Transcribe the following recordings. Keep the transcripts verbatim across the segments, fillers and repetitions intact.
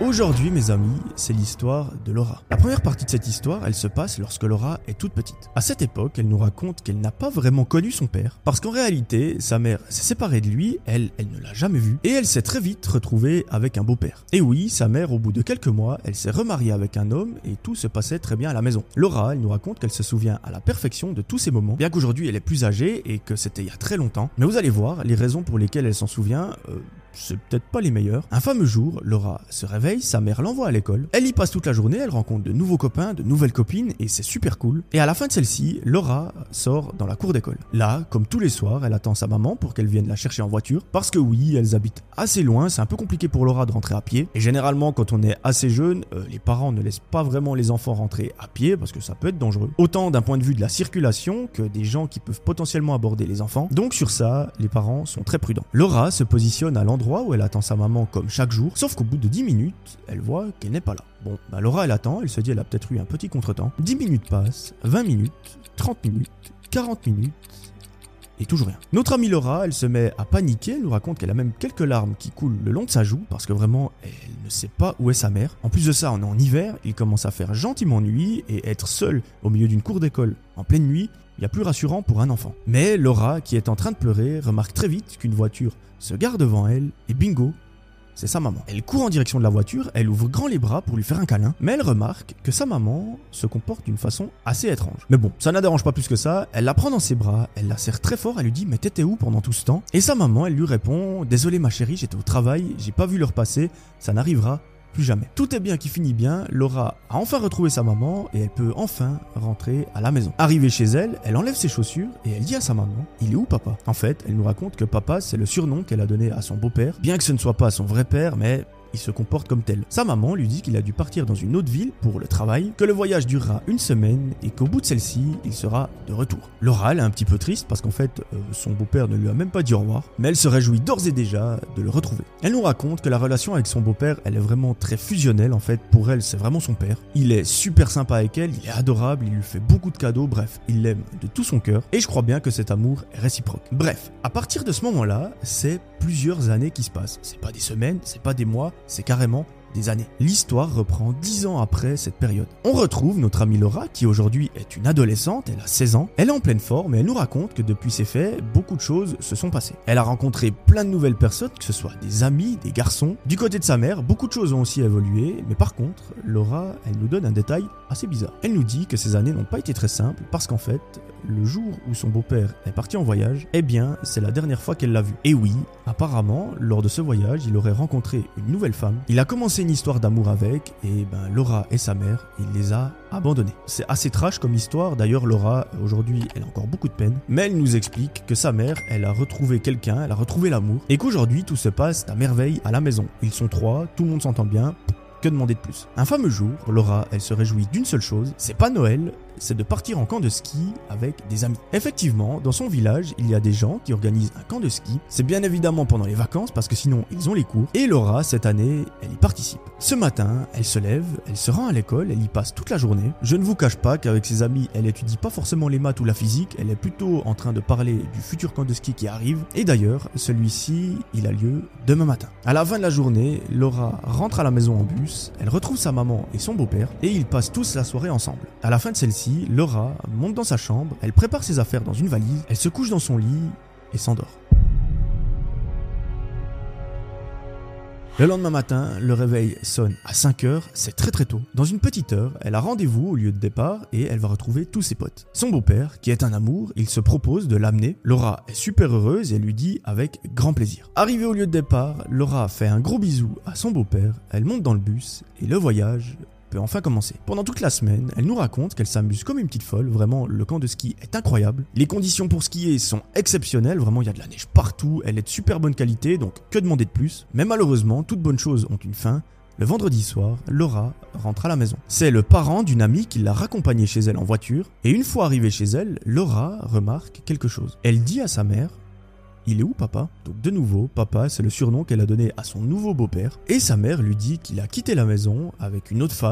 Aujourd'hui, mes amis, c'est l'histoire de Laura. La première partie de cette histoire, elle se passe lorsque Laura est toute petite. À cette époque, elle nous raconte qu'elle n'a pas vraiment connu son père, parce qu'en réalité, sa mère s'est séparée de lui, elle, elle ne l'a jamais vu, et elle s'est très vite retrouvée avec un beau-père. Et oui, sa mère, au bout de quelques mois, elle s'est remariée avec un homme, et tout se passait très bien à la maison. Laura, elle nous raconte qu'elle se souvient à la perfection de tous ces moments, bien qu'aujourd'hui elle est plus âgée, et que c'était il y a très longtemps. Mais vous allez voir, les raisons pour lesquelles elle s'en souvient... Euh, c'est peut-être pas les meilleurs. Un fameux jour, Laura se réveille, sa mère l'envoie à l'école. Elle y passe toute la journée, elle rencontre de nouveaux copains, de nouvelles copines et c'est super cool. Et à la fin de celle-ci, Laura sort dans la cour d'école. Là, comme tous les soirs, elle attend sa maman pour qu'elle vienne la chercher en voiture parce que oui, elles habitent assez loin, c'est un peu compliqué pour Laura de rentrer à pied. Et généralement, quand on est assez jeune, euh, les parents ne laissent pas vraiment les enfants rentrer à pied parce que ça peut être dangereux. Autant d'un point de vue de la circulation que des gens qui peuvent potentiellement aborder les enfants. Donc sur ça, les parents sont très prudents. Laura se positionne à l'endroit où elle attend sa maman comme chaque jour, sauf qu'au bout de dix minutes, elle voit qu'elle n'est pas là. Bon, bah Laura elle attend, elle se dit elle a peut-être eu un petit contretemps. dix minutes passent, vingt minutes, trente minutes, quarante minutes, et toujours rien. Notre amie Laura, elle se met à paniquer, elle nous raconte qu'elle a même quelques larmes qui coulent le long de sa joue, parce que vraiment, elle ne sait pas où est sa mère. En plus de ça, on est en hiver, il commence à faire gentiment nuit, et être seule au milieu d'une cour d'école en pleine nuit, il y a plus rassurant pour un enfant. Mais Laura, qui est en train de pleurer, remarque très vite qu'une voiture se gare devant elle, et bingo, c'est sa maman. Elle court en direction de la voiture, elle ouvre grand les bras pour lui faire un câlin, mais elle remarque que sa maman se comporte d'une façon assez étrange. Mais bon, ça ne la dérange pas plus que ça, elle la prend dans ses bras, elle la serre très fort, elle lui dit « mais t'étais où pendant tout ce temps ?» Et sa maman, elle lui répond « désolé ma chérie, j'étais au travail, j'ai pas vu l'heure passer, ça n'arrivera plus jamais. » Tout est bien qui finit bien, Laura a enfin retrouvé sa maman et elle peut enfin rentrer à la maison. Arrivée chez elle, elle enlève ses chaussures et elle dit à sa maman « il est où papa ?» En fait, elle nous raconte que papa c'est le surnom qu'elle a donné à son beau-père, bien que ce ne soit pas son vrai père, mais... il se comporte comme tel. Sa maman lui dit qu'il a dû partir dans une autre ville pour le travail, que le voyage durera une semaine et qu'au bout de celle-ci, il sera de retour. Laura, elle est un petit peu triste parce qu'en fait, euh, son beau-père ne lui a même pas dit au revoir, mais elle se réjouit d'ores et déjà de le retrouver. Elle nous raconte que la relation avec son beau-père, elle est vraiment très fusionnelle en fait, pour elle, c'est vraiment son père. Il est super sympa avec elle, il est adorable, il lui fait beaucoup de cadeaux, bref, il l'aime de tout son cœur et je crois bien que cet amour est réciproque. Bref, à partir de ce moment-là, c'est plusieurs années qui se passent. C'est pas des semaines, c'est pas des mois, c'est carrément des années. L'histoire reprend dix ans après cette période. On retrouve notre amie Laura qui aujourd'hui est une adolescente, elle a seize ans, elle est en pleine forme et elle nous raconte que depuis ces faits, beaucoup de choses se sont passées. Elle a rencontré plein de nouvelles personnes, que ce soit des amis, des garçons. Du côté de sa mère, beaucoup de choses ont aussi évolué, mais par contre, Laura, elle nous donne un détail assez bizarre. Elle nous dit que ces années n'ont pas été très simples parce qu'en fait, le jour où son beau-père est parti en voyage, eh bien, c'est la dernière fois qu'elle l'a vu. Et oui, apparemment, lors de ce voyage, il aurait rencontré une nouvelle femme. Il a commencé une histoire d'amour avec, et ben Laura et sa mère, il les a abandonnés. C'est assez trash comme histoire, d'ailleurs Laura, aujourd'hui, elle a encore beaucoup de peine, mais elle nous explique que sa mère, elle a retrouvé quelqu'un, elle a retrouvé l'amour, et qu'aujourd'hui, tout se passe à merveille à la maison. Ils sont trois, tout le monde s'entend bien, que demander de plus? Un fameux jour, Laura, elle se réjouit d'une seule chose, c'est pas Noël, c'est de partir en camp de ski avec des amis. Effectivement, dans son village, il y a des gens qui organisent un camp de ski. C'est bien évidemment pendant les vacances parce que sinon ils ont les cours. Et Laura, cette année, elle y participe. Ce matin, elle se lève, elle se rend à l'école, elle y passe toute la journée. Je ne vous cache pas qu'avec ses amis, elle étudie pas forcément les maths ou la physique, elle est plutôt en train de parler du futur camp de ski qui arrive. Et d'ailleurs, celui-ci, il a lieu demain matin. À la fin de la journée, Laura rentre à la maison en bus, elle retrouve sa maman et son beau-père et ils passent tous la soirée ensemble. À la fin de celle-ci, Laura monte dans sa chambre, elle prépare ses affaires dans une valise, elle se couche dans son lit et s'endort. Le lendemain matin, le réveil sonne à cinq heures, c'est très très tôt. Dans une petite heure, elle a rendez-vous au lieu de départ et elle va retrouver tous ses potes. Son beau-père, qui est un amour, il se propose de l'amener. Laura est super heureuse et elle lui dit avec grand plaisir. Arrivée au lieu de départ, Laura fait un gros bisou à son beau-père, elle monte dans le bus et le voyage peut enfin commencer. Pendant toute la semaine, elle nous raconte qu'elle s'amuse comme une petite folle, vraiment le camp de ski est incroyable. Les conditions pour skier sont exceptionnelles, vraiment il y a de la neige partout, elle est de super bonne qualité, donc que demander de plus? Mais malheureusement, toutes bonnes choses ont une fin. Le vendredi soir, Laura rentre à la maison. C'est le parent d'une amie qui l'a raccompagnée chez elle en voiture, et une fois arrivée chez elle, Laura remarque quelque chose. Elle dit à sa mère: il est où papa? Donc de nouveau, papa c'est le surnom qu'elle a donné à son nouveau beau-père. Et sa mère lui dit qu'il a quitté la maison avec une autre femme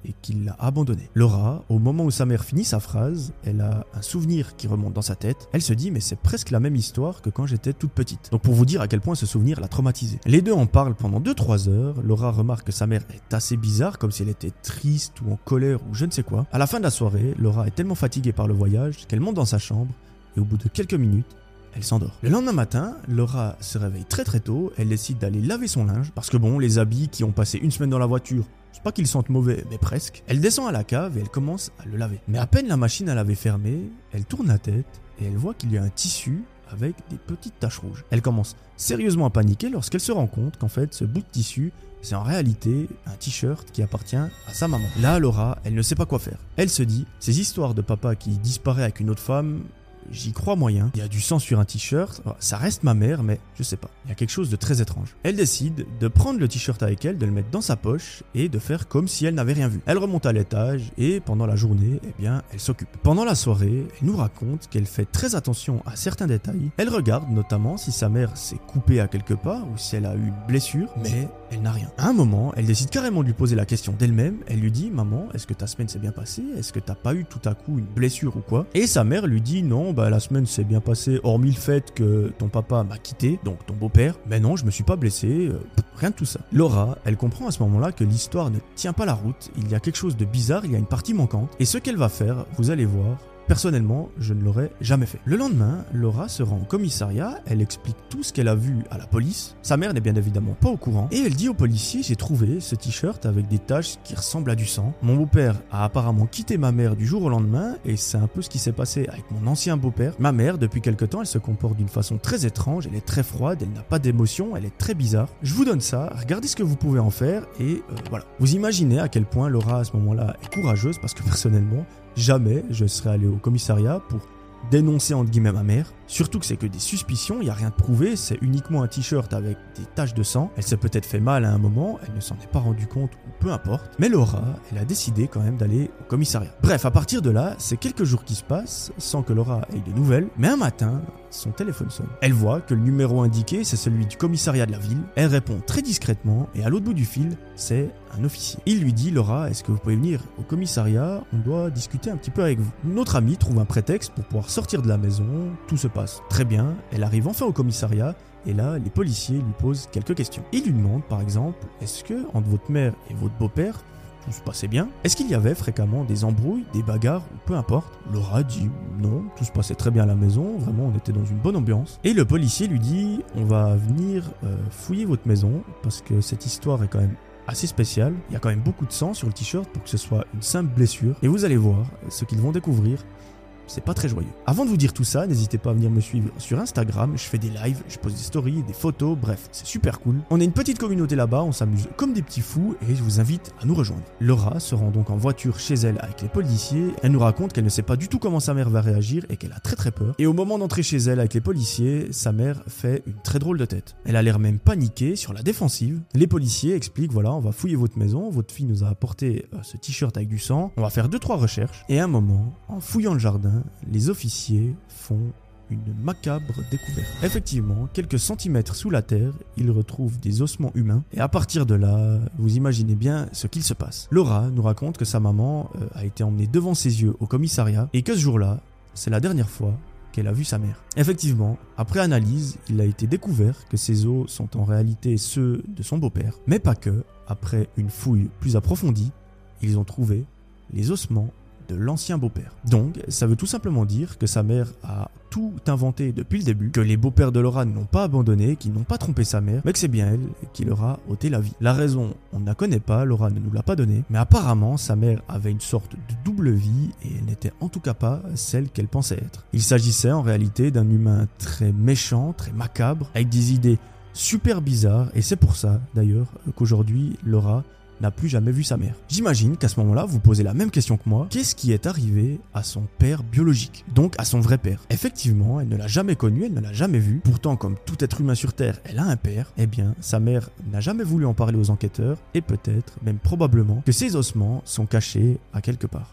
et qu'il l'a abandonnée. Laura, au moment où sa mère finit sa phrase, elle a un souvenir qui remonte dans sa tête. Elle se dit mais c'est presque la même histoire que quand j'étais toute petite. Donc pour vous dire à quel point ce souvenir l'a traumatisée. Les deux en parlent pendant deux trois heures. Laura remarque que sa mère est assez bizarre, comme si elle était triste ou en colère ou je ne sais quoi. À la fin de la soirée, Laura est tellement fatiguée par le voyage qu'elle monte dans sa chambre et au bout de quelques minutes, elle s'endort. Le lendemain matin, Laura se réveille très très tôt, elle décide d'aller laver son linge, parce que bon, les habits qui ont passé une semaine dans la voiture, c'est pas qu'ils sentent mauvais, mais presque. Elle descend à la cave et elle commence à le laver. Mais à peine la machine à laver fermée, elle tourne la tête et elle voit qu'il y a un tissu avec des petites taches rouges. Elle commence sérieusement à paniquer lorsqu'elle se rend compte qu'en fait, ce bout de tissu, c'est en réalité un t-shirt qui appartient à sa maman. Là, Laura, elle ne sait pas quoi faire. Elle se dit, ces histoires de papa qui disparaît avec une autre femme, j'y crois moyen. Il y a du sang sur un t-shirt, ça reste ma mère, mais je sais pas. Il y a quelque chose de très étrange. Elle décide de prendre le t-shirt avec elle, de le mettre dans sa poche et de faire comme si elle n'avait rien vu. Elle remonte à l'étage et pendant la journée, eh bien, elle s'occupe. Pendant la soirée, elle nous raconte qu'elle fait très attention à certains détails. Elle regarde notamment si sa mère s'est coupée à quelque part ou si elle a eu une blessure, mais elle n'a rien. À un moment, elle décide carrément de lui poser la question d'elle-même. Elle lui dit « Maman, est-ce que ta semaine s'est bien passée? Est-ce que t'as pas eu tout à coup une blessure ou quoi ?» Et sa mère lui dit « Non, bah la semaine s'est bien passée, hormis le fait que ton papa m'a quitté, donc ton beau-père. Mais non, je me suis pas blessé, euh, pff, rien de tout ça. » Laura, elle comprend à ce moment-là que l'histoire ne tient pas la route. Il y a quelque chose de bizarre, il y a une partie manquante. Et ce qu'elle va faire, vous allez voir, personnellement, je ne l'aurais jamais fait. Le lendemain, Laura se rend au commissariat, elle explique tout ce qu'elle a vu à la police. Sa mère n'est bien évidemment pas au courant. Et elle dit au policier, j'ai trouvé ce t-shirt avec des taches qui ressemblent à du sang. Mon beau-père a apparemment quitté ma mère du jour au lendemain et c'est un peu ce qui s'est passé avec mon ancien beau-père. Ma mère, depuis quelque temps, elle se comporte d'une façon très étrange, elle est très froide, elle n'a pas d'émotion, elle est très bizarre. Je vous donne ça, regardez ce que vous pouvez en faire et euh, voilà. Vous imaginez à quel point Laura à ce moment-là est courageuse parce que personnellement, jamais je serais allé au commissariat pour dénoncer entre guillemets ma mère. Surtout que c'est que des suspicions, il n'y a rien de prouvé, c'est uniquement un t-shirt avec des taches de sang. Elle s'est peut-être fait mal à un moment, elle ne s'en est pas rendue compte ou peu importe. Mais Laura, elle a décidé quand même d'aller au commissariat. Bref, à partir de là, c'est quelques jours qui se passent sans que Laura ait de nouvelles. Mais un matin, son téléphone sonne. Elle voit que le numéro indiqué, c'est celui du commissariat de la ville. Elle répond très discrètement et à l'autre bout du fil, c'est un officier. Il lui dit, Laura, est-ce que vous pouvez venir au commissariat? On doit discuter un petit peu avec vous. Notre amie trouve un prétexte pour pouvoir sortir de la maison. Tout se passe très bien. Elle arrive enfin au commissariat. Et là, les policiers lui posent quelques questions. Ils lui demandent, par exemple, est-ce que entre votre mère et votre beau-père, tout se passait bien? Est-ce qu'il y avait fréquemment des embrouilles, des bagarres ou peu importe? Laura dit non, tout se passait très bien à la maison, vraiment on était dans une bonne ambiance. Et le policier lui dit, on va venir euh, fouiller votre maison parce que cette histoire est quand même assez spéciale. Il y a quand même beaucoup de sang sur le t-shirt pour que ce soit une simple blessure. Et vous allez voir, ce qu'ils vont découvrir, c'est pas très joyeux. Avant de vous dire tout ça, n'hésitez pas à venir me suivre sur Instagram, je fais des lives, je pose des stories, des photos, bref, c'est super cool. On est une petite communauté là-bas, on s'amuse comme des petits fous et je vous invite à nous rejoindre. Laura se rend donc en voiture chez elle avec les policiers, elle nous raconte qu'elle ne sait pas du tout comment sa mère va réagir et qu'elle a très très peur. Et au moment d'entrer chez elle avec les policiers, sa mère fait une très drôle de tête. Elle a l'air même paniquée, sur la défensive. Les policiers expliquent, voilà, on va fouiller votre maison, votre fille nous a apporté euh, ce t-shirt avec du sang, on va faire deux trois recherches. Et à un moment, en fouillant le jardin, les officiers font une macabre découverte. Effectivement, quelques centimètres sous la terre, ils retrouvent des ossements humains et à partir de là, vous imaginez bien ce qu'il se passe. Laura nous raconte que sa maman euh, a été emmenée devant ses yeux au commissariat et que ce jour-là, c'est la dernière fois qu'elle a vu sa mère. Effectivement, après analyse, il a été découvert que ces os sont en réalité ceux de son beau-père, mais pas que. Après une fouille plus approfondie, ils ont trouvé les ossements de l'ancien beau-père. Donc, ça veut tout simplement dire que sa mère a tout inventé depuis le début, que les beaux-pères de Laura ne l'ont pas abandonné, qu'ils n'ont pas trompé sa mère, mais que c'est bien elle qui leur a ôté la vie. La raison, on ne la connaît pas, Laura ne nous l'a pas donnée, mais apparemment, sa mère avait une sorte de double vie et elle n'était en tout cas pas celle qu'elle pensait être. Il s'agissait en réalité d'un humain très méchant, très macabre, avec des idées super bizarres, et c'est pour ça, d'ailleurs, qu'aujourd'hui, Laura n'a plus jamais vu sa mère. J'imagine qu'à ce moment-là, vous posez la même question que moi. Qu'est-ce qui est arrivé à son père biologique? Donc à son vrai père. Effectivement, elle ne l'a jamais connu, elle ne l'a jamais vu. Pourtant, comme tout être humain sur Terre, elle a un père. Eh bien, sa mère n'a jamais voulu en parler aux enquêteurs et peut-être, même probablement, que ses ossements sont cachés à quelque part.